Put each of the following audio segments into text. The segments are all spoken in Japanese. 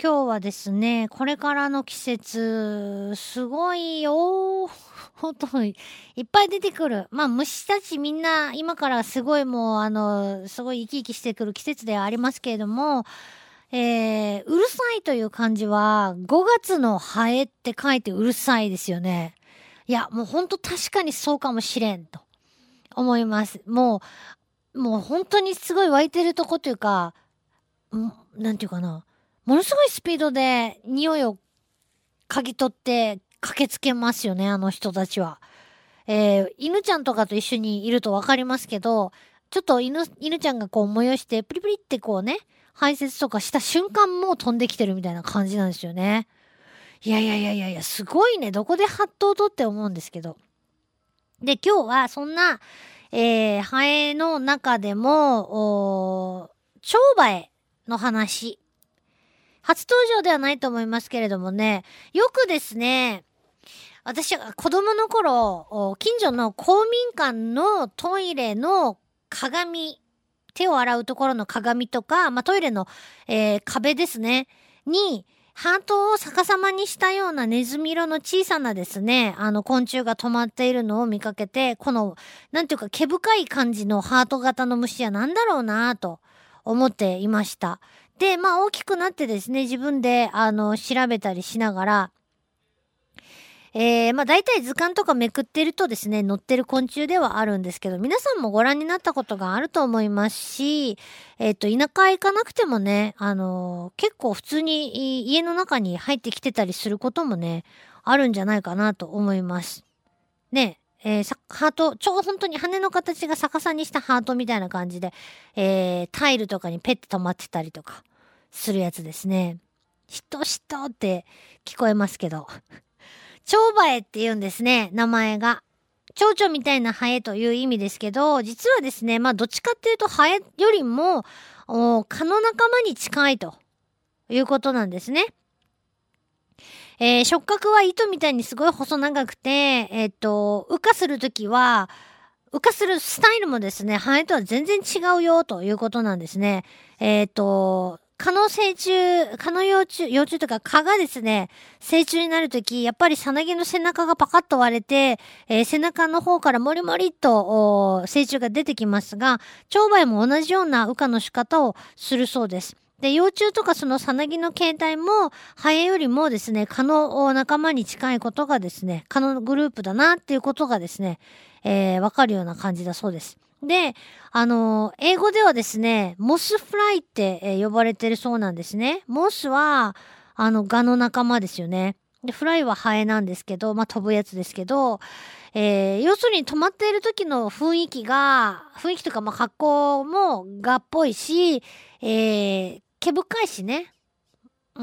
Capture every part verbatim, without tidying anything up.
今日はですね、これからの季節、すごいよ。本当に、いっぱい出てくる。まあ、虫たちみんな、今からすごいもう、あの、すごい生き生きしてくる季節ではありますけれども、えー、うるさいという漢字は、ごがつのハエって書いてうるさいですよね。いや、もう本当確かにそうかもしれん、と思います。もう、もう本当にすごい湧いてるとこというか、んなんていうかな。ものすごいスピードで匂いを嗅ぎ取って駆けつけますよね、あの人たちは。えー、犬ちゃんとかと一緒にいるとわかりますけど、ちょっと犬、犬ちゃんがこう催して、プリプリってこうね、排泄とかした瞬間もう飛んできてるみたいな感じなんですよね。いやいやいやいやいや、すごいね。どこでハットとって思うんですけど。で、今日はそんな、えー、ハエの中でも、おーチョウバエの話。初登場ではないと思いますけれどもね、よくですね、私が子供の頃、お近所の公民館のトイレの鏡、手を洗うところの鏡とか、まあ、トイレの、えー壁ですね、に、ハートを逆さまにしたようなネズミ色の小さなですね、あの昆虫が止まっているのを見かけて、この、なんていうか毛深い感じのハート型の虫は何だろうなと思っていました。で、まあ大きくなってですね、自分であの調べたりしながら、えー、まあ大体図鑑とかめくってるとですね、載ってる昆虫ではあるんですけど、皆さんもご覧になったことがあると思いますし、えっと、田舎へ行かなくてもね、あのー結構普通にい家の中に入ってきてたりすることもね、あるんじゃないかなと思います。ね、えーさハート、超本当に羽の形が逆さにしたハートみたいな感じで、えータイルとかにペッて止まってたりとかするやつですね。しとしとって聞こえますけど。チョウバエって言うんですね、名前が。蝶々みたいなハエという意味ですけど、実はですね、まあどっちかっていうとハエよりも、お蚊の仲間に近いということなんですね。えー触覚は糸みたいにすごい細長くて、えっと、羽化するときは、羽化するスタイルもですね、ハエとは全然違うよということなんですね。えっと、蚊の成虫、蚊の幼虫、幼虫というか蚊がですね、成虫になるとき、やっぱりさなぎの背中がパカッと割れて、えー背中の方からモリモリっとお成虫が出てきますが、チョウバエも同じような羽化の仕方をするそうです。で、幼虫とかそのさなぎの形態も、ハエよりもですね、蚊の仲間に近いことがですね、蚊のグループだなっていうことがですね、えー、わかるような感じだそうです。で、あのー英語ではですね、モスフライって、えー呼ばれてるそうなんですね。モスは、あの、ガの仲間ですよね。で、フライはハエなんですけど、まあ、飛ぶやつですけど、えー、要するに止まっている時の雰囲気が、雰囲気とか、まあ、格好もガっぽいし、えー、毛深いしね。うん。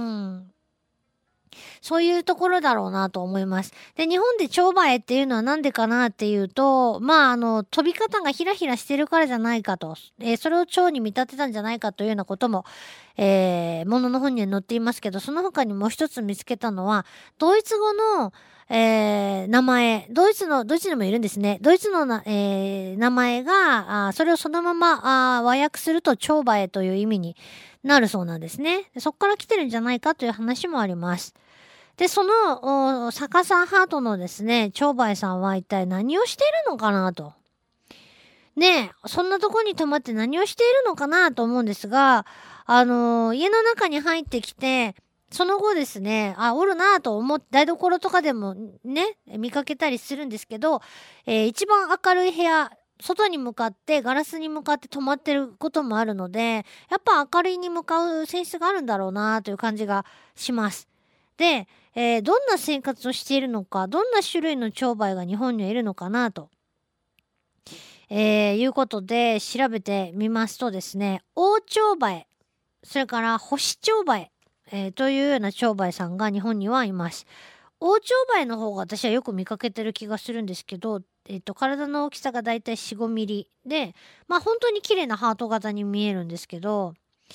そういうところだろうなと思います。で、日本で蝶バエっていうのはなんでかなっていうと、まあ、あの、飛び方がひらひらしてるからじゃないかと、えーそれを蝶に見立てたんじゃないかというようなことも、えー、ものの本には載っていますけど、その他にもう一つ見つけたのは、ドイツ語の、えー、名前、ドイツの、ドイツにもいるんですね。ドイツのな、えー、名前が、あーそれをそのまま、あー和訳すると蝶バエという意味になるそうなんですね。でそこから来てるんじゃないかという話もあります。で、その、お逆さハートのですね、チョウバエさんは一体何をしているのかなと。ねえ、そんなとこに泊まって何をしているのかなと思うんですが、あのー家の中に入ってきて、その後ですね、あ、おるなと思って、台所とかでもね、見かけたりするんですけど、えー一番明るい部屋、外に向かって、ガラスに向かって止まってることもあるので、やっぱ明るいに向かう性質があるんだろうなという感じがします。で、えーどんな生活をしているのか、どんな種類のチバエが日本にはいるのかなと。えー、いうことで調べてみますとですね、オオチョウバエ、それからホシチョウバエ、えーというようなチョウバエさんが日本にはいます。オオチョウバエの方が私はよく見かけてる気がするんですけど、えっと、体の大きさがだいたいよん、ごミリで、まあ本当に綺麗なハート型に見えるんですけど、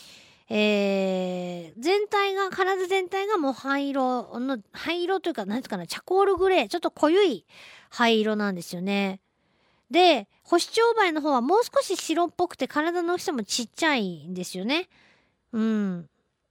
えー、全体が、体全体がもう灰色の、灰色というか、なんですかね、チャコールグレー、ちょっと濃ゆい灰色なんですよね。で、ホシチョウバエの方はもう少し白っぽくて体の大きさもちっちゃいんですよね。うん。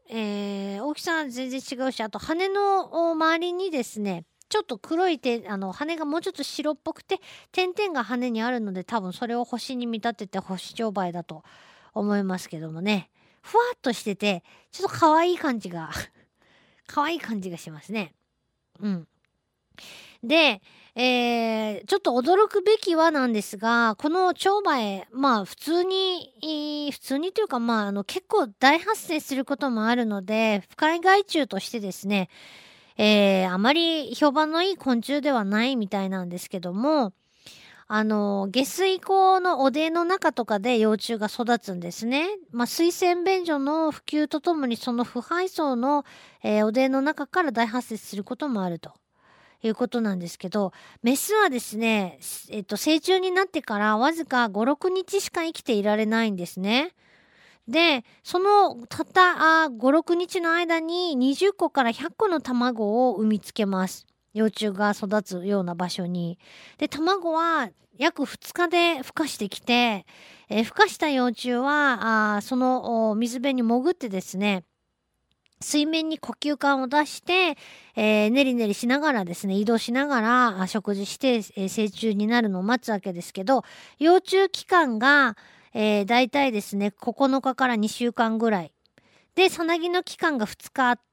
えー、大きさは全然違うし、あと羽の周りにですね、ちょっと黒いて、あの、羽がもうちょっと白っぽくて、点々が羽にあるので、多分それを星に見立てて星蝶梅だと思いますけどもね。ふわっとしてて、ちょっと可愛い感じが可愛い感じがしますね。うん。で、えー、ちょっと驚くべきはなんですが、この蝶梅、まあ普通に、えー普通にというかまああの結構大発生することもあるので、不快害虫としてですね、えー、あまり評判のいい昆虫ではないみたいなんですけども、あの、下水溝のおでの中とかで幼虫が育つんですね。まあ、水洗便所の普及とともにその腐敗層の、えーおでの中から大発生することもあると。いうことなんですけど、メスはですね、えっと、成虫になってからわずかご、ろくにちしか生きていられないんですね。で、そのたったあご、ろくにちの間ににじゅっこからひゃっこの卵を産みつけます。幼虫が育つような場所に。で、卵は約ふつかで孵化してきて、えー孵化した幼虫は、あーそのお水辺に潜ってですね、水面に呼吸管を出して、えー、ねりねりしながらですね、移動しながらあ食事して、えー成虫になるのを待つわけですけど、幼虫期間が、えー、大体ですね、ここのかからにしゅうかんぐらい。で、さなぎの期間がふつかあって、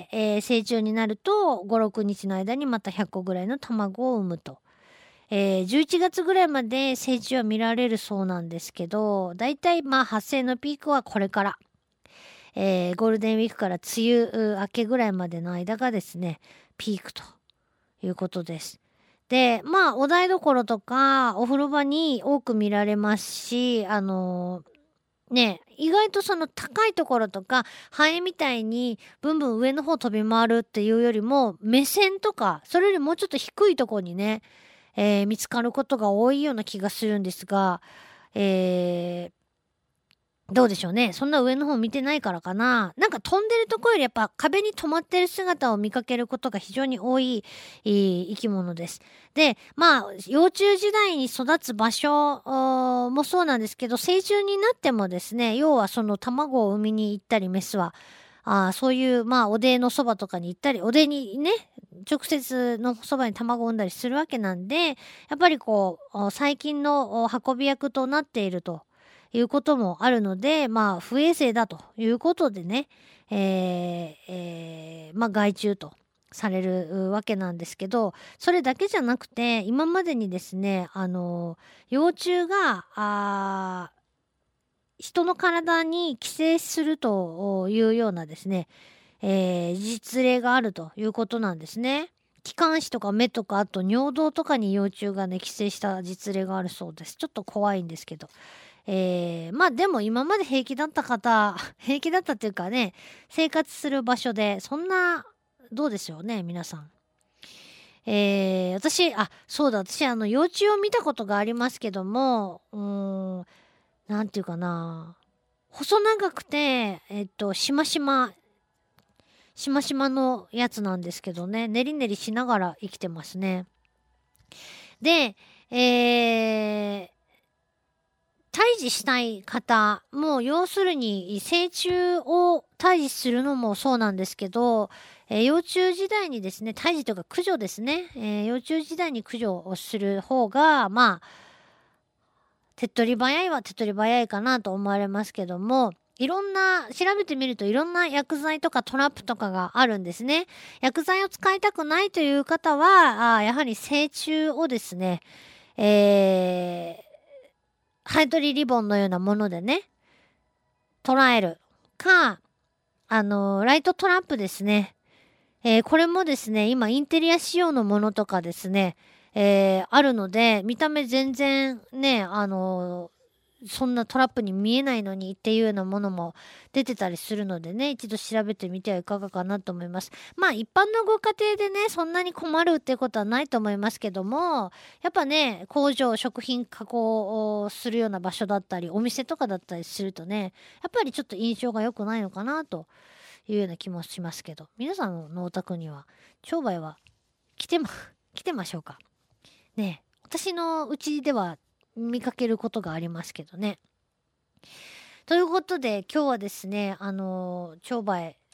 えー成虫になるとご、ろくにちの間にまたひゃっこぐらいの卵を産むと。えー、じゅういちがつぐらいまで成虫は見られるそうなんですけど、大体まあ発生のピークはこれから。えーゴールデンウィークから梅雨明けぐらいまでの間がですね、ピークということです。で、まあ、お台所とかお風呂場に多く見られますし、あのーね、意外とその高いところとか、ハエみたいにブンブン上の方飛び回るっていうよりも、目線とか、それよりもうちょっと低いところにね、えー見つかることが多いような気がするんですが、えーどうでしょうね。そんな上の方見てないからかな。なんか飛んでるとこよりやっぱ壁に止まってる姿を見かけることが非常に多い、いい生き物です。で、まあ、幼虫時代に育つ場所おーもそうなんですけど、成虫になってもですね、要はその卵を産みに行ったり、メスは、あーそういう、まあ、おでのそばとかに行ったり、おでにね、直接のそばに卵を産んだりするわけなんで、やっぱりこう、お細菌のお運び役となっていると。いうこともあるので、まあ、不衛生だということでね、えーえーまあ、害虫とされるわけなんですけど、それだけじゃなくて、今までにですね、あの、幼虫が、あー人の体に寄生するというようなですね、えー実例があるということなんですね。気管支とか目とか、あと尿道とかに幼虫がね、寄生した実例があるそうです。ちょっと怖いんですけど。えー、まあでも今まで平気だった方、平気だったっていうかね、生活する場所で、そんな、どうでしょうね、皆さん。えー、私、あ、そうだ、私、あの、幼虫を見たことがありますけども、うーん、なんていうかな、細長くて、えっと、しましま、しましまのやつなんですけどね、ねりねりしながら生きてますね。で、えー、退治したい方、もう要するに成虫を退治するのもそうなんですけど、えー幼虫時代にですね、退治というか駆除ですね、えー幼虫時代に駆除をする方が、まあ、手っ取り早いは手っ取り早いかなと思われますけども、いろんな、調べてみるといろんな薬剤とかトラップとかがあるんですね。薬剤を使いたくないという方は、あーやはり成虫をですね、えーハエトリリボンのようなものでね、捉えるか、あの、ライトトラップですね。えーこれもですね、今インテリア仕様のものとかですね、えーあるので、見た目全然ね、あのそんなトラップに見えないのにっていうようなものも出てたりするのでね、一度調べてみてはいかがかなと思います。まあ一般のご家庭でね、そんなに困るっていうことはないと思いますけども、やっぱね、工場、食品加工をするような場所だったり、お店とかだったりするとね、やっぱりちょっと印象が良くないのかなというような気もしますけど、皆さんのお宅には、商売は来てま、来てましょうかね。私のうちでは見かけることがありますけどね。ということで今日はですね、あの、商売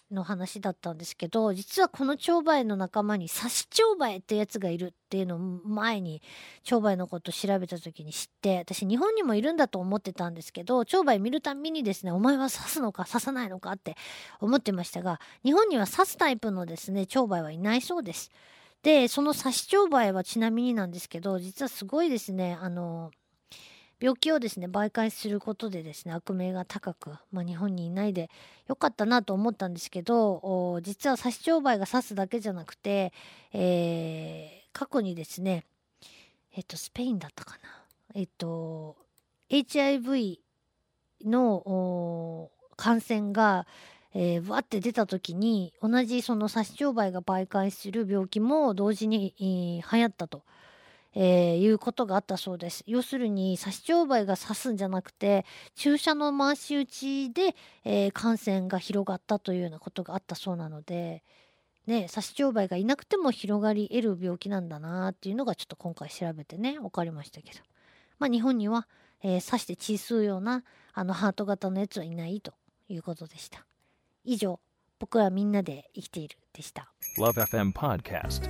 の話だったんですけど、実はこのチョウバエの仲間にサシチョウバエってやつがいるっていうのを前にチョウバエのことを調べた時に知って、私日本にもいるんだと思ってたんですけど、チョウバエ見るたんびにですね、お前は刺すのか刺さないのかって思ってましたが、日本には刺すタイプのですねチョウバエはいないそうです。で、そのサシチョウバエはちなみになんですけど、実はすごいですね、あの病気をですね媒介することでですね悪名が高く、まあ、日本にいないでよかったなと思ったんですけど、実はサシチョウバエが刺すだけじゃなくて、えー、過去にですねえっとスペインだったかな、えっと エイチアイブイ の感染がえー、わって出た時に同じそのサシチョウバエが媒介する病気も同時に、えー、流行ったと。えー、いうことがあったそうです。要するにサシチョウバエが刺すんじゃなくて注射の回し打ちで、えー、感染が広がったというようなことがあったそうなので、ね、サシチョウバエがいなくても広がり得る病気なんだなっていうのがちょっと今回調べてね分かりましたけど、まあ日本には、えー、刺して血吸うようなあのハート型のやつはいないということでした。以上、僕はみんなで生きているでした。 ラブエフエム Podcast。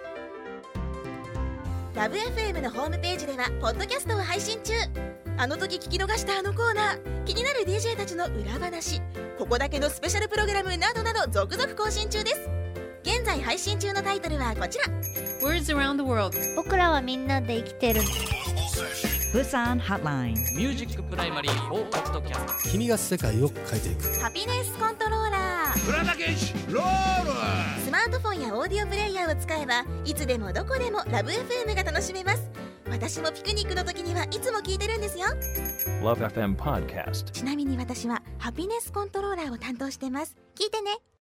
ラブ エフエム のホームページではポッドキャストを配信中。あの時聞き逃したあのコーナー、気になる ディージェー たちの裏話、ここだけのスペシャルプログラムなどなど続々更新中です。現在配信中のタイトルはこちら。 Words around the world。 僕らはみんなで生きてる。 ブサンハッライン。 ミュージックプライマリーフォーポッドキャスト。 君が世界を変えていく。 ハピネスコントローラー。 プラダケシロール。 スマートフォンやオーディオプレイヤーを使えばいつでもどこでもラブ エフエム が楽しめます。私もピクニックの時にはいつも聞いてるんですよ。 ラブエフエム Podcast。 ちなみに私はハピネスコントローラーを担当してます。聞いてね。